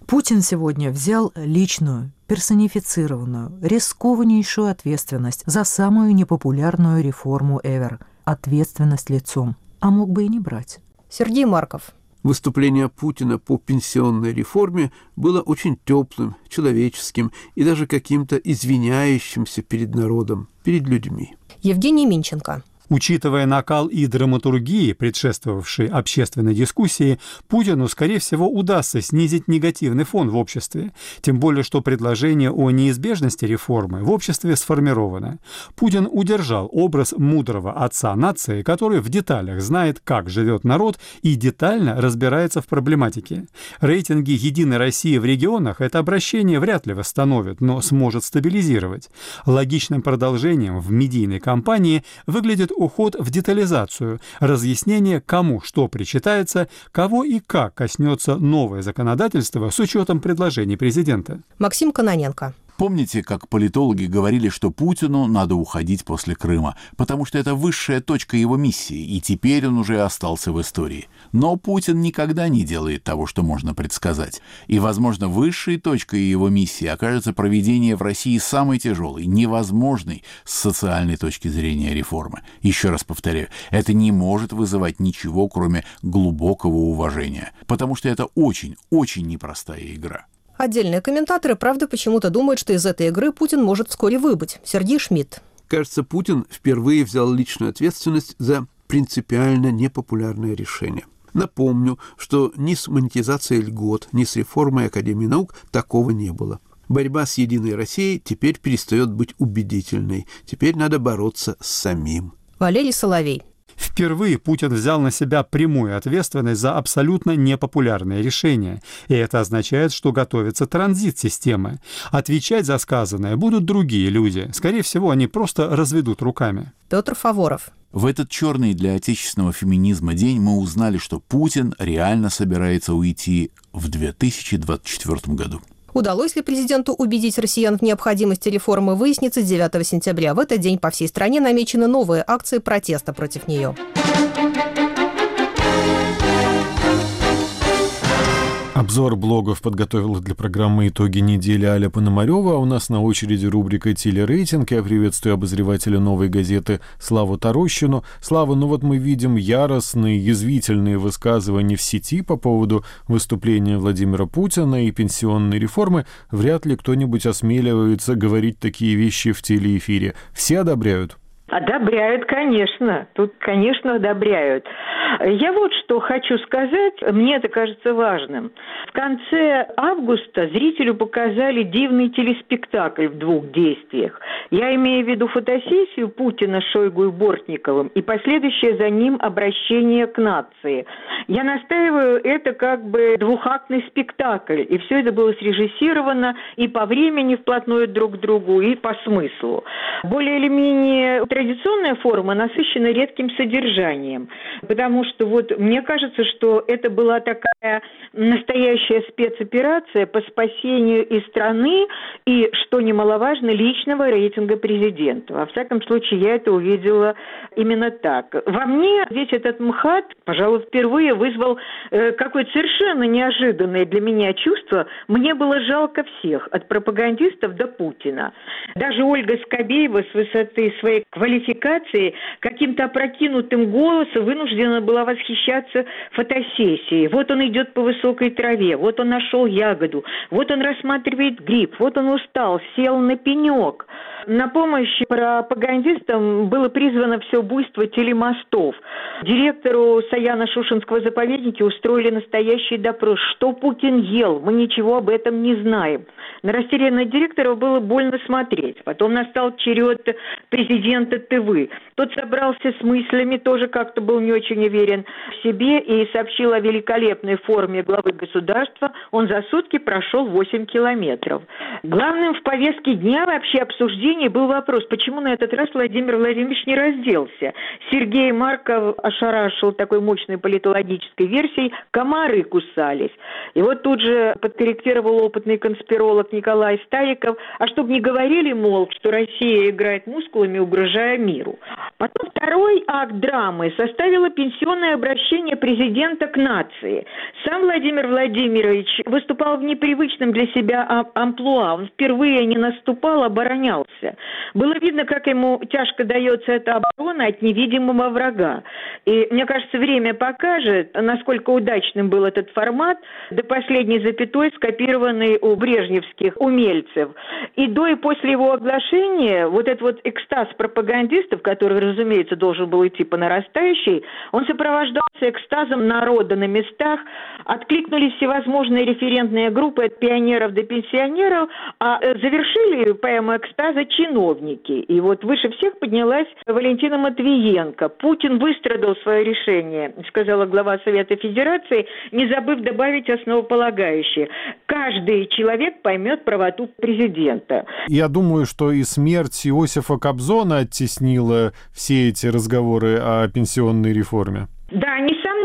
Путин сегодня взял личную, персонифицированную, рискованнейшую ответственность за самую непопулярную реформу ever. Ответственность лицом. А мог бы и не брать. Сергей Марков. Выступление Путина по пенсионной реформе было очень теплым, человеческим и даже каким-то извиняющимся перед народом, перед людьми. Евгений Минченко. Учитывая накал и драматургии, предшествовавшей общественной дискуссии, Путину, скорее всего, удастся снизить негативный фон в обществе. Тем более, что предложение о неизбежности реформы в обществе сформировано. Путин удержал образ мудрого отца нации, который в деталях знает, как живет народ и детально разбирается в проблематике. Рейтинги «Единой России» в регионах это обращение вряд ли восстановит, но сможет стабилизировать. Логичным продолжением в медийной кампании выглядит уход в детализацию, разъяснение, кому что причитается, кого и как коснется новое законодательство с учетом предложений президента. Максим Кононенко. Помните, как политологи говорили, что Путину надо уходить после Крыма, потому что это высшая точка его миссии, и теперь он уже остался в истории. Но Путин никогда не делает того, что можно предсказать. И, возможно, высшей точкой его миссии окажется проведение в России самой тяжелой, невозможной с социальной точки зрения реформы. Еще раз повторяю, это не может вызывать ничего, кроме глубокого уважения, потому что это очень, очень непростая игра. Отдельные комментаторы, правда, почему-то думают, что из этой игры Путин может вскоре выбыть. Сергей Шмидт. Кажется, Путин впервые взял личную ответственность за принципиально непопулярное решение. Напомню, что ни с монетизацией льгот, ни с реформой Академии наук такого не было. Борьба с «Единой Россией» теперь перестает быть убедительной. Теперь надо бороться с самим. Валерий Соловей. Впервые Путин взял на себя прямую ответственность за абсолютно непопулярные решения. И это означает, что готовится транзит системы. Отвечать за сказанное будут другие люди. Скорее всего, они просто разведут руками. Петр Фаворов. В этот черный для отечественного феминизма день мы узнали, что Путин реально собирается уйти в 2024 году. Удалось ли президенту убедить россиян в необходимости реформы, выяснится 9 сентября. В этот день по всей стране намечены новые акции протеста против нее. Обзор блогов подготовила для программы «Итоги недели» Аля Пономарева. А у нас на очереди рубрика «Телерейтинг». Я приветствую обозревателя «Новой газеты» Славу Тарощину. Слава, ну вот мы видим яростные, язвительные высказывания в сети по поводу выступления Владимира Путина и пенсионной реформы. Вряд ли кто-нибудь осмеливается говорить такие вещи в телеэфире. Все одобряют? Одобряют, конечно. Тут, конечно, одобряют. Я вот что хочу сказать, мне это кажется важным. В конце августа зрителю показали дивный телеспектакль в 2 действиях. Я имею в виду фотосессию Путина с Шойгу и Бортниковым и последующее за ним обращение к нации. Я настаиваю, это как бы 2-актный спектакль, и все это было срежиссировано и по времени вплотную друг к другу, и по смыслу. Более или менее традиционная форма насыщена редким содержанием, потому что вот мне кажется, что это была такая настоящая спецоперация по спасению и страны, и, что немаловажно, личного рейтинга президента. Во всяком случае, я это увидела именно так. Во мне весь этот МХАТ, пожалуй, впервые вызвал какое-то совершенно неожиданное для меня чувство. Мне было жалко всех, от пропагандистов до Путина. Даже Ольга Скобеева с высоты своей квалификации каким-то опрокинутым голосом вынуждена была восхищаться фотосессией. Вот он идет по высокой траве, вот он нашел ягоду, вот он рассматривает гриб, вот он устал, сел на пенек. На помощь пропагандистам было призвано все буйство телемостов. Директору Саяно-Шушенского заповедника устроили настоящий допрос. Что Путин ел? Мы ничего об этом не знаем. На растерянного директора было больно смотреть. Потом настал черед президента ТВ. Тот собрался с мыслями, тоже как-то был не очень уверен в себе и сообщил о великолепной форме главы государства. Он за сутки прошел 8 километров. Главным в повестке дня вообще обсуждения был вопрос, почему на этот раз Владимир Владимирович не разделся. Сергей Марков ошарашил такой мощной политологической версией «комары кусались». И вот тут же подкорректировал опытный конспиролог Николай Стариков, а чтобы не говорили, мол, что Россия играет мускулами, угрожая миру. Потом второй акт драмы составило пенсионное обращение президента к нации. Сам Владимир Владимирович выступал в непривычном для себя амплуа. Он впервые не наступал, оборонялся. Было видно, как ему тяжко дается эта оборона от невидимого врага. И, мне кажется, время покажет, насколько удачным был этот формат, до последней запятой скопированный у брежневских умельцев. И до и после его оглашения вот этот вот экстаз пропагандистов, который, разумеется, должен был идти по нарастающей, он сопровождался экстазом народа на местах, откликнулись всевозможные референтные группы от пионеров до пенсионеров, а завершили поэму экстаза чиновники. И вот выше всех поднялась Валентина Матвиенко. Путин выстрадал свое решение, сказала глава Совета Федерации, не забыв добавить основополагающее. Каждый человек поймет правоту президента. Я думаю, что и смерть Иосифа Кобзона оттеснила все эти разговоры о пенсионной реформе. Да,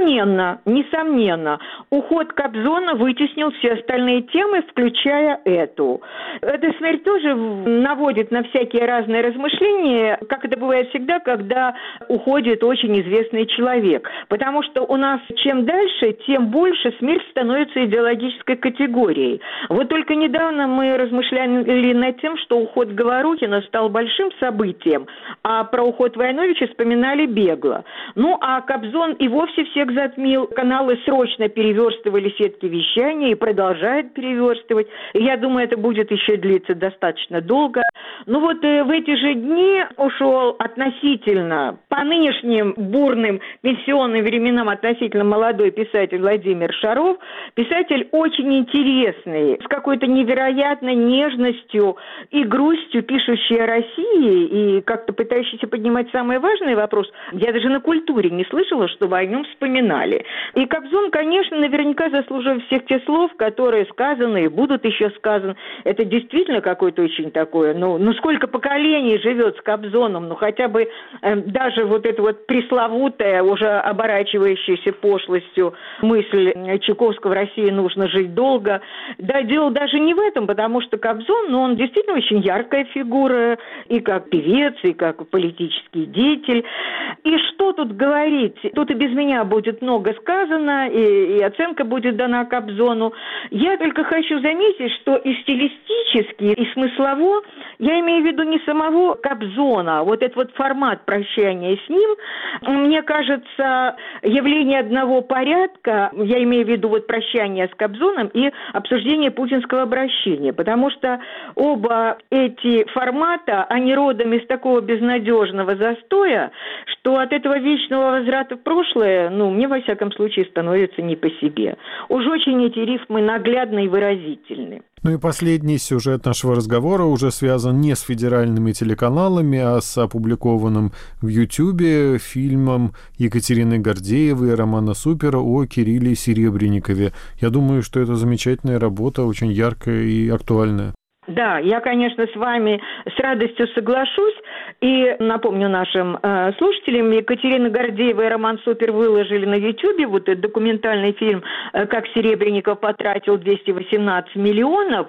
несомненно. Уход Кобзона вытеснил все остальные темы, включая эту. Эта смерть тоже наводит на всякие разные размышления, как это бывает всегда, когда уходит очень известный человек. Потому что у нас чем дальше, тем больше смерть становится идеологической категорией. Вот только недавно мы размышляли над тем, что уход Говорухина стал большим событием, а про уход Войновича вспоминали бегло. Ну, а Кобзон и вовсе всех затмил. Каналы срочно переверстывали сетки вещания и продолжают переверстывать. И я думаю, это будет еще длиться достаточно долго. Ну вот в эти же дни ушел относительно, по нынешним бурным пенсионным временам, относительно молодой писатель Владимир Шаров. Писатель очень интересный, с какой-то невероятной нежностью и грустью, пишущий о России и как-то пытающийся поднимать самый важный вопрос. Я даже на культуре не слышала, чтобы о нем вспоминали. И Кобзон, конечно, наверняка заслужил всех тех слов, которые сказаны и будут еще сказаны. Это действительно какое-то очень такое, ну сколько поколений живет с Кобзоном, хотя бы даже вот эта вот пресловутая, уже оборачивающаяся пошлостью мысль Чайковского: в России нужно жить долго. Да, дело даже не в этом, потому что Кобзон, он действительно очень яркая фигура и как певец, и как политический деятель. И что тут говорить? Тут и без меня будет много сказано, и оценка будет дана Кобзону. Я только хочу заметить, что и стилистически, и смыслово, я имею в виду не самого Кобзона, вот этот вот формат прощания с ним, мне кажется, явление одного порядка, я имею в виду вот прощание с Кобзоном и обсуждение путинского обращения, потому что оба эти формата, они родом из такого безнадежного застоя, что от этого вечного возврата в прошлое, мне во всяком случае становится не по себе. Уж очень эти рифмы наглядны и выразительны. Ну и последний сюжет нашего разговора уже связан не с федеральными телеканалами, а с опубликованным в Ютьюбе фильмом Екатерины Гордеевой и Романа Супера о Кирилле Серебренникове. Я думаю, что это замечательная работа, очень яркая и актуальная. Да, я, конечно, с вами с радостью соглашусь. И напомню нашим слушателям, Екатерина Гордеева и Роман Супер выложили на Ютьюбе вот этот документальный фильм «Как Серебренников потратил 218 миллионов».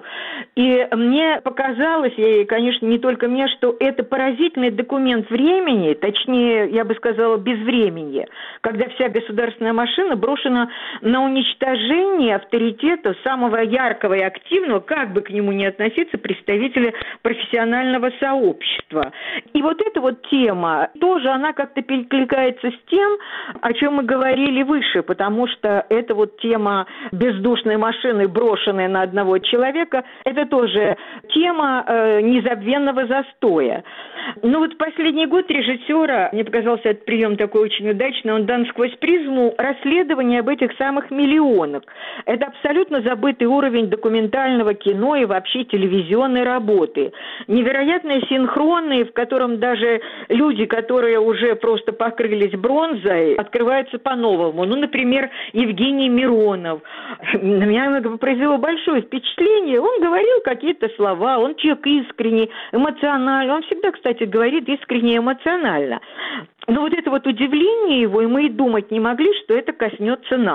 И мне показалось, и, конечно, не только мне, что это поразительный документ времени, точнее, я бы сказала, безвременья, когда вся государственная машина брошена на уничтожение авторитета самого яркого и активного, как бы к нему ни относиться, представителя профессионального сообщества. И вот эта вот тема, тоже она как-то перекликается с тем, о чем мы говорили выше, потому что эта вот тема бездушной машины, брошенной на одного человека, это тоже тема незабвенного застоя. Но вот в последний год режиссера, мне показался этот прием такой очень удачный, он дан сквозь призму расследования об этих самых миллионах. Это абсолютно забытый уровень документального кино и вообще телевизионной работы. Невероятные синхроны, в котором даже люди, которые уже просто покрылись бронзой, открываются по-новому. Например, Евгений Миронов. На меня произвело большое впечатление. Он говорил какие-то слова, он человек искренний, эмоциональный. Он всегда, кстати, говорит искренне и эмоционально. Но вот это вот удивление его, и мы и думать не могли, что это коснется нас.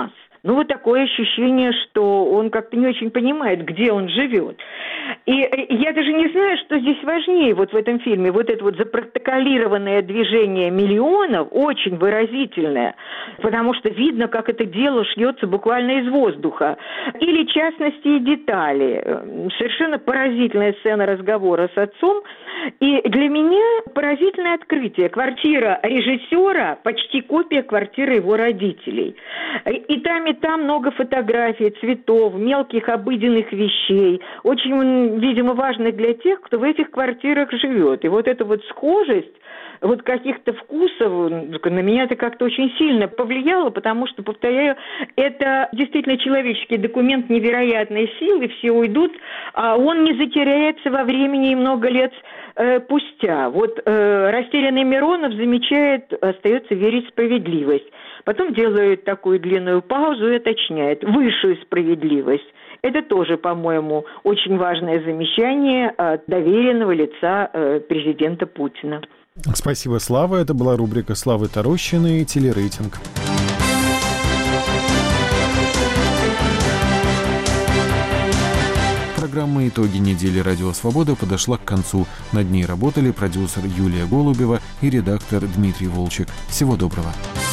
ну, вот такое ощущение, что он как-то не очень понимает, где он живет. И я даже не знаю, что здесь важнее вот в этом фильме. Вот это вот запротоколированное движение миллионов, очень выразительное, потому что видно, как это дело шьется буквально из воздуха. Или частности и детали. Совершенно поразительная сцена разговора с отцом. И для меня поразительное открытие. Квартира режиссера почти копия квартиры его родителей. И там много фотографий, цветов, мелких обыденных вещей. Очень, видимо, важно для тех, кто в этих квартирах живет. И вот эта вот схожесть вот каких-то вкусов на меня это как-то очень сильно повлияло, потому что, повторяю, это действительно человеческий документ невероятной силы, все уйдут, а он не затеряется во времени и много лет спустя. Вот растерянный Миронов замечает, остается верить в справедливость. Потом делает такую длинную паузу и уточняет высшую справедливость. Это тоже, по-моему, очень важное замечание от доверенного лица президента Путина. Спасибо, Слава. Это была рубрика Славы Тарощиной «Телерейтинг». Программа «Итоги недели. Радио Свобода» подошла к концу. Над ней работали продюсер Юлия Голубева и редактор Дмитрий Волчек. Всего доброго.